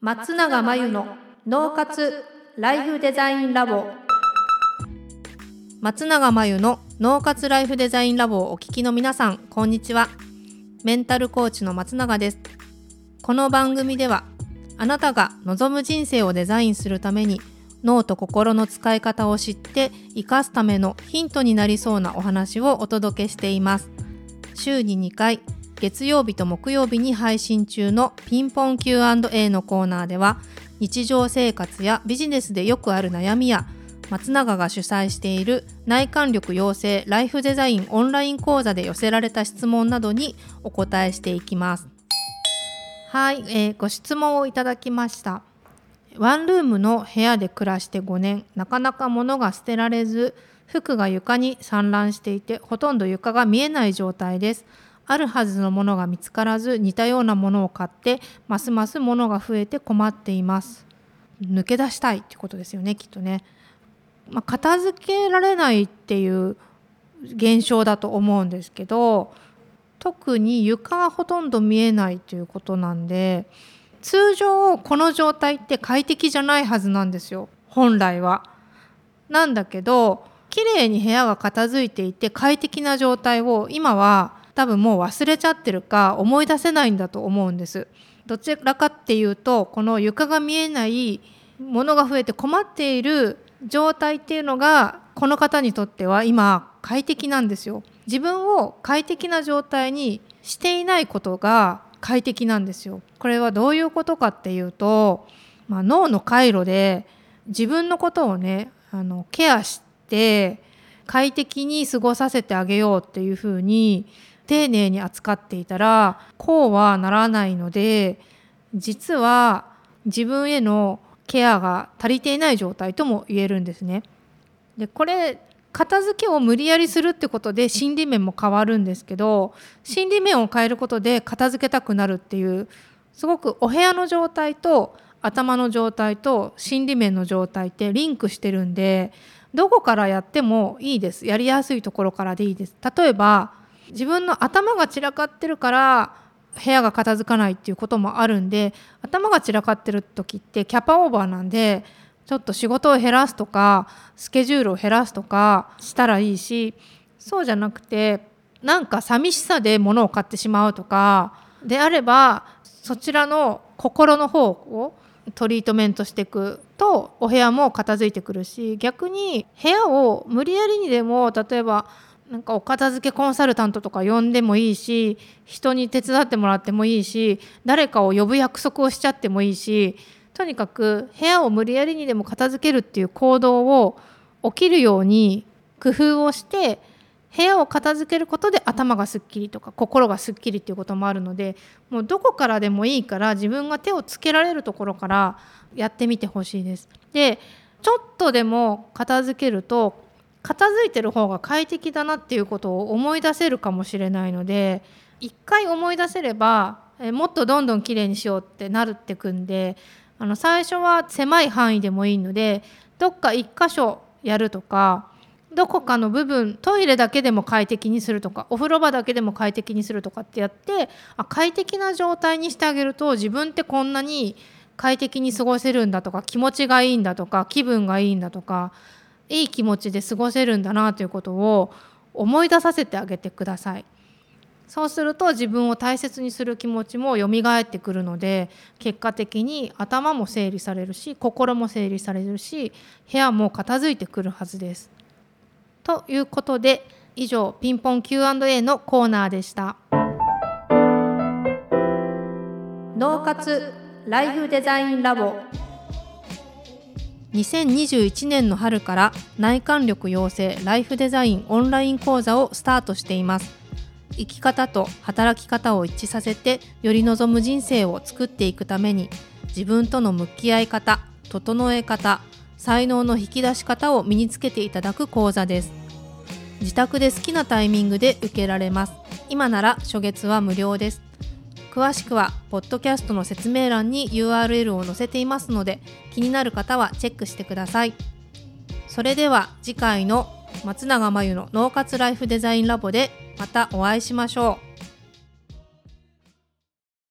松永真由の脳活ライフデザインラボ。松永真由の脳活ライフデザインラボをお聞きの皆さん、こんにちは。メンタルコーチの松永です。この番組ではあなたが望む人生をデザインするために脳と心の使い方を知って生かすためのヒントになりそうなお話をお届けしています。週に2回、月曜日と木曜日に配信中のピンポン Q&A のコーナーでは、日常生活やビジネスでよくある悩みや、松永が主催している内観力養成ライフデザインオンライン講座で寄せられた質問などにお答えしていきます。はい、ご質問をいただきました。ワンルームの部屋で暮らして5年、なかなか物が捨てられず、服が床に散乱していて、ほとんど床が見えない状態です。あるはずのものが見つからず、似たようなものを買って、ますます物が増えて困っています。抜け出したいってことですよね、きっとね。片付けられないっていう現象だと思うんですけど、特に床がほとんど見えないということなんで、通常この状態って快適じゃないはずなんですよ、本来は。なんだけど、綺麗に部屋が片付いていて快適な状態を今は多分もう忘れちゃってるか思い出せないんだと思うんです。どちらかっていうと、この床が見えないものが増えて困っている状態っていうのがこの方にとっては今快適なんですよ。自分を快適な状態にしていないことが快適なんですよ。これはどういうことかっていうと、脳の回路で自分のことをね、ケアして快適に過ごさせてあげようっていうふうに丁寧に扱っていたら、こうはならないので、実は自分へのケアが足りていない状態とも言えるんですね。で、これ片付けを無理やりするってことで心理面も変わるんですけど、心理面を変えることで片付けたくなるっていう、すごくお部屋の状態と頭の状態と心理面の状態ってリンクしてるんで、どこからやってもいいです。やりやすいところからでいいです。例えば自分の頭が散らかってるから部屋が片付かないっていうこともあるんで、頭が散らかってる時ってキャパオーバーなんで、ちょっと仕事を減らすとかスケジュールを減らすとかしたらいいし、そうじゃなくてなんか寂しさで物を買ってしまうとかであれば、そちらの心の方をトリートメントしていくとお部屋も片付いてくるし、逆に部屋を無理やりにでも、例えばなんかお片付けコンサルタントとか呼んでもいいし、人に手伝ってもらってもいいし、誰かを呼ぶ約束をしちゃってもいいし、とにかく部屋を無理やりにでも片付けるっていう行動を起きるように工夫をして、部屋を片付けることで頭がすっきりとか心がすっきりっていうこともあるので、もうどこからでもいいから自分が手をつけられるところからやってみてほしいです。で、ちょっとでも片付けると片付いてる方が快適だなっていうことを思い出せるかもしれないので、一回思い出せればもっとどんどんきれいにしようってなるってくんで、最初は狭い範囲でもいいので、どっか一箇所やるとか、どこかの部分、トイレだけでも快適にするとか、お風呂場だけでも快適にするとかってやって、快適な状態にしてあげると、自分ってこんなに快適に過ごせるんだとか、気持ちがいいんだとか、気分がいいんだとか、いい気持ちで過ごせるんだなということを思い出させてあげてください。そうすると自分を大切にする気持ちも蘇ってくるので、結果的に頭も整理されるし、心も整理されるし、部屋も片付いてくるはずです。ということで、以上ピンポン Q&A のコーナーでした。脳活ライフデザインラボ。2021年の春から内観力養成ライフデザインオンライン講座をスタートしています。生き方と働き方を一致させて、より望む人生を作っていくために、自分との向き合い方、整え方、才能の引き出し方を身につけていただく講座です。自宅で好きなタイミングで受けられます。今なら初月は無料です。詳しくはポッドキャストの説明欄に URL を載せていますので、気になる方はチェックしてください。それでは次回の松永真由の脳活ライフデザインラボでまたお会いしましょう。